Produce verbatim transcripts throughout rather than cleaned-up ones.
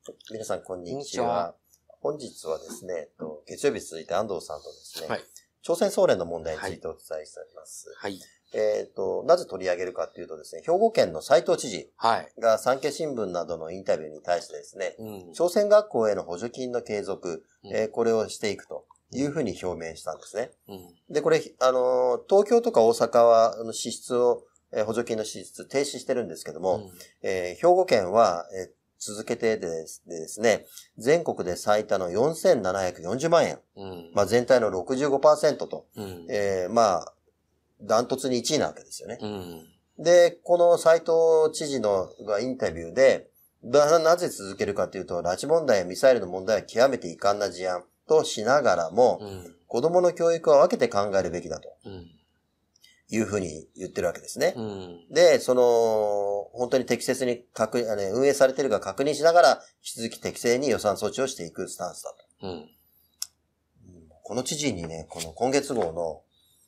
皆さん、こんにちは。本日はですね、月曜日続いて安藤さんとですね、はい、朝鮮総連の問題についてお伝えしております。はい。えっと、なぜ取り上げるかというとですね、兵庫県の斉藤知事が産経新聞などのインタビューに対してですね、うん、朝鮮学校への補助金の継続、うん、えー、これをしていくというふうに表明したんですね。うん、で、これ、あの、東京とか大阪は、あの、支出を、えー、補助金の支出停止してるんですけども、うん、えー、兵庫県は、えー続けてでですね、全国で最多のよんせんななひゃくよんじゅうまんえん。うん、まあ全体の ろくじゅうごパーセント と、うん、えー、まあ、ダントツにいちいなわけですよね。うん、で、この斉藤知事のインタビューで、な、なぜ続けるかというと、拉致問題やミサイルの問題は極めて遺憾な事案としながらも、うん、子供の教育は分けて考えるべきだと。うんいうふうに言ってるわけですね。うん、で、その、本当に適切に確、あの、運営されているか確認しながら、引き続き適正に予算措置をしていくスタンスだと。うん、この知事にね、この今月号の、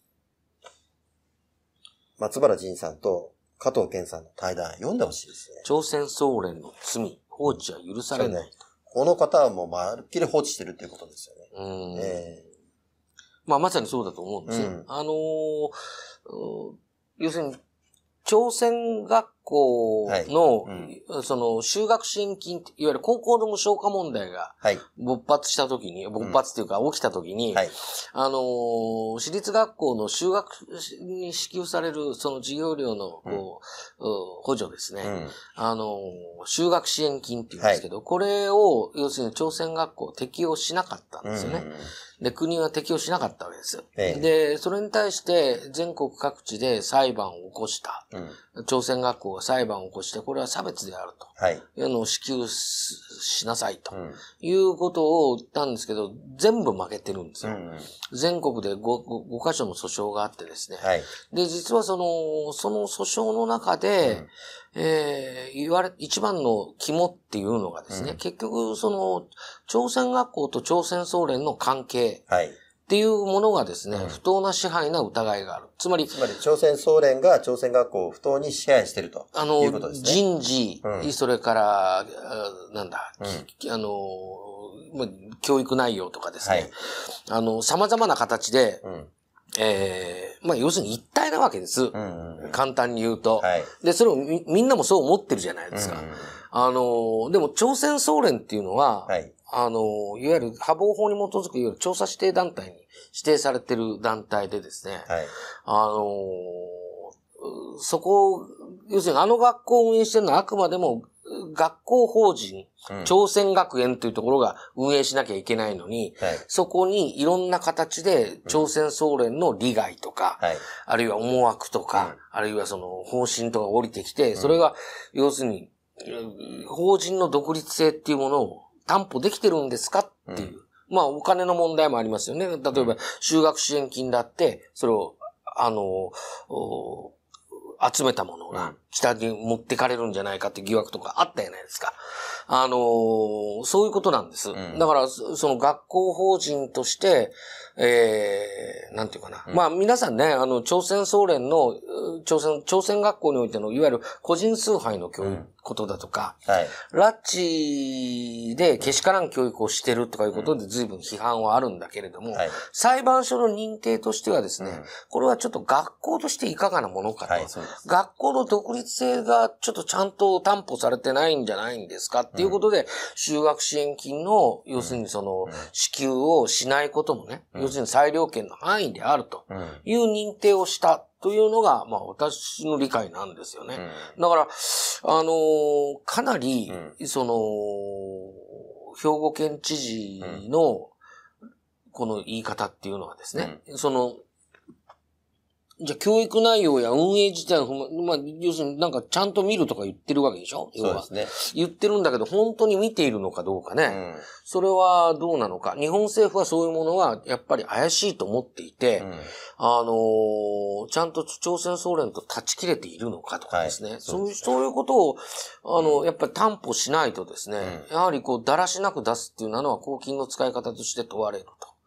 松原仁さんと加藤健さんの対談読んでほしいですね。 朝鮮総連の罪、放置は許されない。ね、 この方はもうまるっきり放置してるっていうことですよね。うん、 えーまあまさにそうだと思うんですよ。うん、あのー、要するに、朝鮮学校の、はいうん、その、修学支援金、いわゆる高校の無償化問題が、勃発したときに、はい、勃発っていうか起きたときに、うんはい、あのー、私立学校の修学に支給される、その授業料の、こう、うん、補助ですね。うん、あのー、修学支援金って言うんですけど、はい、これを、要するに朝鮮学校適用しなかったんですよね。うんで、国は適用しなかったわけです。ええ、で、それに対して全国各地で裁判を起こした。うん、朝鮮学校が裁判を起こして、これは差別であると。はい。いうのを支給しなさいと。うん、いうことを言ったんですけど、全部負けてるんですよ。うん、全国で 5, 5カ所の訴訟があってですね。はい。で、実はその、その訴訟の中で、うんえー、言われ、一番の肝っていうのがですね、うん、結局その、朝鮮学校と朝鮮総連の関係っていうものがですね、はい、不当な支配な疑いがある。つまり、 つまり朝鮮総連が朝鮮学校を不当に支配しているとあの、 いうことですね。 人事、うん、それから、なんだ、うん、あの、教育内容とかですね、はい、あの、様々な形で、うんええー、まあ要するに一体なわけです。うんうん、簡単に言うと、はい。で、それをみ、みんなもそう思ってるじゃないですか。うんうん、あの、でも朝鮮総連っていうのは、はい。あの、いわゆる破防法に基づくいわゆる調査指定団体に指定されてる団体でですね、はい。あの、そこ、要するにあの学校を運営してるのはあくまでも学校法人、うん、朝鮮学園というところが運営しなきゃいけないのに、はい、そこにいろんな形で朝鮮総連の利害とか、うんはい、あるいは思惑とか、うん、あるいはその方針とか降りてきて、それが要するに法人の独立性っていうものを担保できてるんですかっていう。うん、まあお金の問題もありますよね。例えば修学支援金だって、それを、あの、集めたものが北に持ってかれるんじゃないかって疑惑とかあったじゃないですか。あのー、そういうことなんです。うん、だから、その学校法人として、えー、なんていうかな。うん、まあ皆さんね、あの、朝鮮総連の、朝鮮、朝鮮学校においての、いわゆる個人崇拝の教育、うん、ことだとか、はい、拉致でけしからん教育をしてるとかいうことで随分批判はあるんだけれども、はい、裁判所の認定としてはですね、うん、これはちょっと学校としていかがなものかと。はい、学校の独立性がちょっとちゃんと担保されてないんじゃないんですかっていうことで、うん、修学支援金の、要するにその、支給をしないこともね、うん、要するに裁量権の範囲であるという認定をしたというのが、まあ私の理解なんですよね。うん、だから、あのー、かなり、うん、その、兵庫県知事の、この言い方っていうのはですね、うん、その、じゃあ教育内容や運営自体を、まあ、要するになんかちゃんと見るとか言ってるわけでしょ？ そうですね。 言ってるんだけど、本当に見ているのかどうかね。うん、それはどうなのか。日本政府はそういうものはやっぱり怪しいと思っていて、うん、あのー、ちゃんと朝鮮総連と断ち切れているのかとかですね。はい、そういう、そういうことを、あの、うん、やっぱり担保しないとですね、うん、やはりこう、だらしなく出すっていうのは公金の使い方として問われると。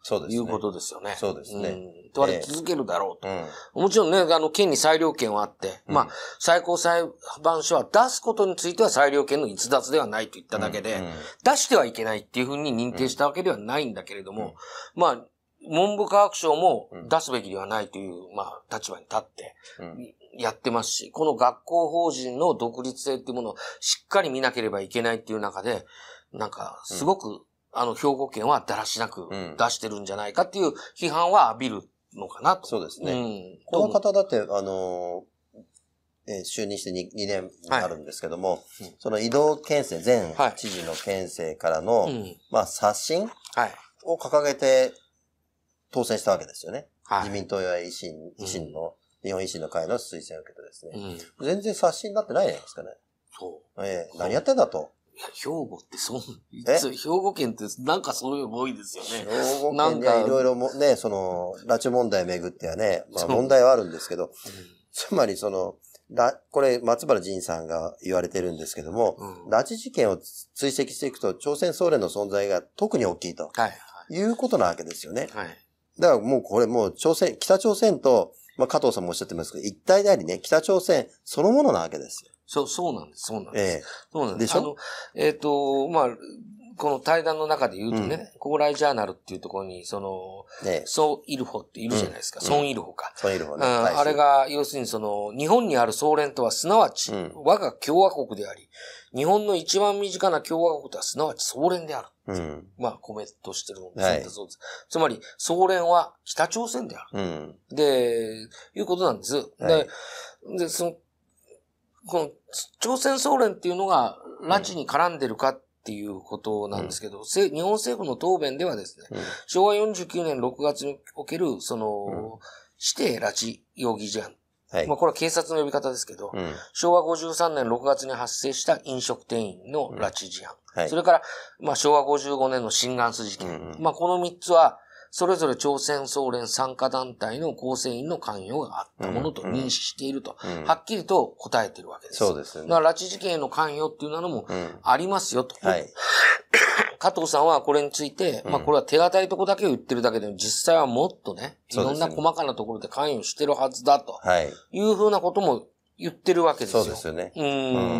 そうですね。いうことですよね。 そうですね。うん。 問われ続けるだろうと。えーうん、もちろんね、あの、県に裁量権はあって、うん、まあ、最高裁判所は出すことについては裁量権の逸脱ではないと言っただけで、うんうん、出してはいけないっていうふうに認定したわけではないんだけれども、うん、まあ、文部科学省も出すべきではないという、まあ、立場に立って、やってますし、この学校法人の独立性っていうものをしっかり見なければいけないっていう中で、なんか、すごく、うん、あの、兵庫県はだらしなく出してるんじゃないかっていう批判は浴びるのかなと。 そうですね。うん、この方だって、あの、えー、就任して 2, 2年になるんですけども、はい、その移動県政、前知事の県政からの、はい、まあ、刷新を掲げて当選したわけですよね。はい、自民党や維新、維新の、うん、日本維新の会の推薦を受けてですね。うん、全然刷新になってないじゃないですかね。そう。えー、何やってんだと。 いや、兵庫ってそう、兵庫県ってなんかそういうの多いですよね。 兵庫県にはいろいろもね、その、拉致問題めぐってはね、まあ問題はあるんですけど、うん、つまりその、これ、松原仁さんが言われてるんですけども、うん、拉致事件を追跡していくと、朝鮮総連の存在が特に大きいと。はい。いうことなわけですよね。はい。だからもうこれもう朝鮮、北朝鮮と、まあ加藤さんもおっしゃってますけど、一体でありね、北朝鮮そのものなわけですよ。 そう、そうなんです、そうなんです。ええ、そうなんです。でしょ？あの、えっと、まあ、この対談の中で言うとね、うん、高麗ジャーナルっていうところに、その、ね、ソン・イルホっているじゃないですか。うん、ソン・イルホか。 ソン・イルホね。 うん。あれが、要するにその、日本にある総連とはすなわち、うん、我が共和国であり、日本の一番身近な共和国とはすなわち総連である。うん、まあ、コメントしてるので、はい、そうです。つまり、総連は北朝鮮である。うん、で、いうことなんです。はい、で、で、その、この朝鮮総連っていうのが拉致に絡んでるかっていうことなんですけど、うん、日本政府の答弁ではですね、うん、しょうわよんじゅうきゅうねんろくがつにおける、その、うん、指定拉致容疑事案。はい、まあこれは警察の呼び方ですけど、うん、しょうわごじゅうさんねんろくがつに発生した飲食店員の拉致事案。うんはい、それから、まあしょうわごじゅうごねんのシンガンス事件。うんうん、まあこのみっつは、それぞれ朝鮮総連参加団体の構成員の関与があったものと認識していると、うんうん、はっきりと答えているわけです。 そうですね。 だから拉致事件への関与っていうのもありますよと。うんはい、加藤さんはこれについて、まあこれは手堅いとこだけを言ってるだけで、実際はもっとね、いろんな細かなところで関与してるはずだというふうなことも言ってるわけですよ。 そうですよね。 うん。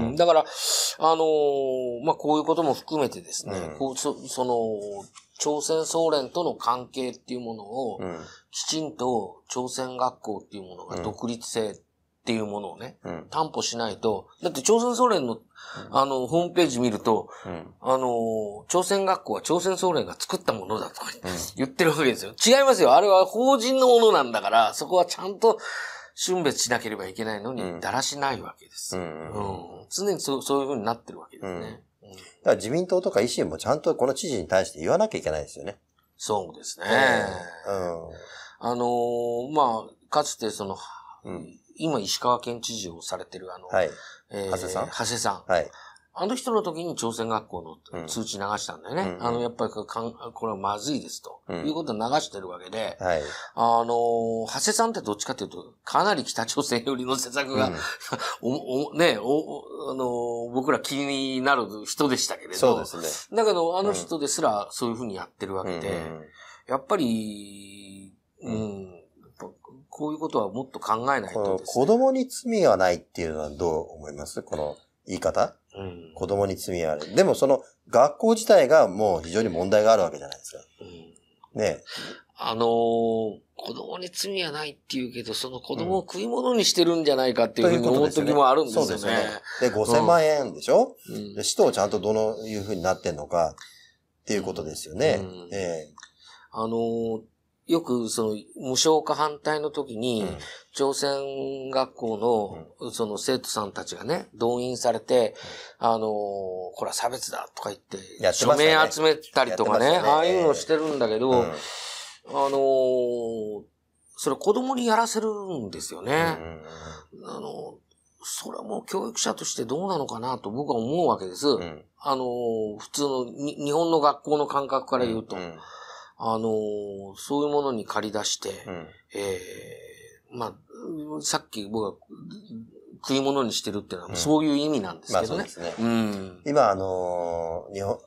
うん、だから、あのー、まあこういうことも含めてですね、うん、こうそその、朝鮮総連との関係っていうものを、きちんと朝鮮学校っていうものが独立性っていうものをね、うん、担保しないと、だって朝鮮総連の、あの、ホームページ見ると、うん、あの、朝鮮学校は朝鮮総連が作ったものだとか言ってるわけですよ。違いますよ。あれは法人のものなんだから、そこはちゃんと峻別しなければいけないのに、だらしないわけです。うんうん、常にそ う, そういう風になってるわけですね。うんだから自民党とか維新もちゃんとこの知事に対して言わなきゃいけないですよね。 そうですね。うん。あのー、まあ、かつてその、うん、今石川県知事をされてるあの、はい。えー、長谷さん長谷さん。はい。あの人の時に朝鮮学校の通知流したんだよね。うん、あの、やっぱりこれはまずいですと、うん、いうことを流してるわけで、はい、あの、長谷さんってどっちかというと、かなり北朝鮮寄りの施策が、うん、おおねおあの、僕ら気になる人でしたけれど、 そうですね。 だけど、あの人ですらそういうふうにやってるわけで、うん、やっぱり、うん、こういうことはもっと考えないとですね。 子供に罪はないっていうのはどう思います？この言い方？うん、子供に罪はある。でもその学校自体がもう非常に問題があるわけじゃないですか。うん、ねえ。 あのー、子供に罪はないって言うけど、その子供を食い物にしてるんじゃないかっていうふうに思う時もあるんですよね。そうですね。 で、ごせんまんえんでしょ、うん、で、使途ちゃんとどのいうふうになってんのかっていうことですよね。うん、ええ。 あのー、よくその無償化反対の時に、うん、朝鮮学校のその生徒さんたちがね、動員されて、うん、あのー、これは差別だとか言って、って署名集めたりとかね、ねああいうのをしてるんだけど、うん、あのー、それ子供にやらせるんですよね。うん、あの、それはもう教育者としてどうなのかなと僕は思うわけです。うん、あのー、普通の日本の学校の感覚から言うと。うんうんあのー、そういうものに借り出して、うん、えー、まあ、さっき僕が食い物にしてるっていうのは、そういう意味なんですけどね。うん、まあそうですね。 うん、今、あのー、日本、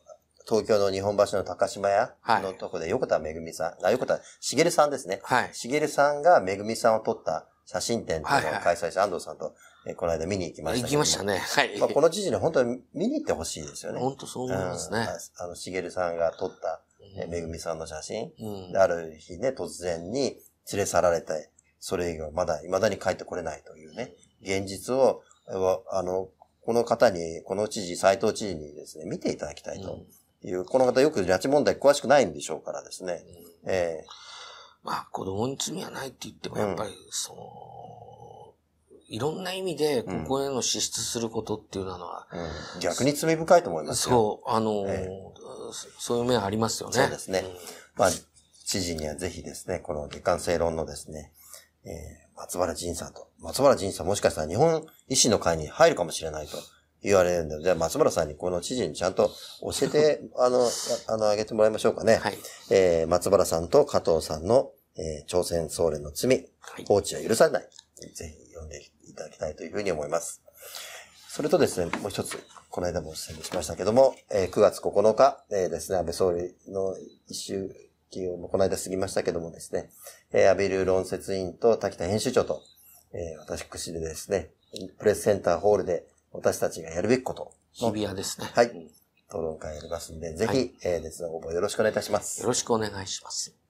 東京の日本橋の高島屋のとこで、横田めぐみさん、あ、横田しげるさんですね。はい。しげるさんがめぐみさんを撮った写真展っていうのを開催して、安藤さんと、えー、この間見に行きました。 行きましたね。はい。 まあ、この知事に本当に見に行ってほしいですよね。 本当そう思いますね。うん、 あの、しげるさんが撮った、えー、めぐみさんの写真、うん、ある日ね、突然に連れ去られて、それ以外まだ、未だに帰ってこれないというね、現実を、あの、この方に、この知事、斉藤知事にですね、見ていただきたいという、うん、この方よく拉致問題詳しくないんでしょうからですね。うん、ええー、まあ、子供に罪はないって言っても、やっぱり、その、うん、いろんな意味で、ここへの支出することっていうのは、 うん、逆に罪深いと思いますよ。 そう、あの、えー、そういう面ありますよね。 そうですね。うん、まあ、知事にはぜひですね、この月刊正論のですね、えー、松原仁さんと、松原仁さんもしかしたら日本維新の会に入るかもしれないと言われるんで、じゃあ松原さんにこの知事にちゃんと教えて、あの、あの、あげてもらいましょうかね。はい。えー、松原さんと加藤さんの、えー、朝鮮総連の罪、はい、放置は許されない。ぜひ読んでいただきたいというふうに思います。それとですね、もう一つ、この間もお宣伝しましたけども、えー、くがつここのか、えー、ですね、安倍総理の一周、もこの間過ぎましたけどもですね、えー、安倍流論説委員と滝田編集長と、えー、私でですね、プレスセンターホールで私たちがやるべきこと。 日比谷ですね。 はい。討論会やりますんで、ぜひ、はい、えー、ですね、応募よろしくお願いいたします。 よろしくお願いします。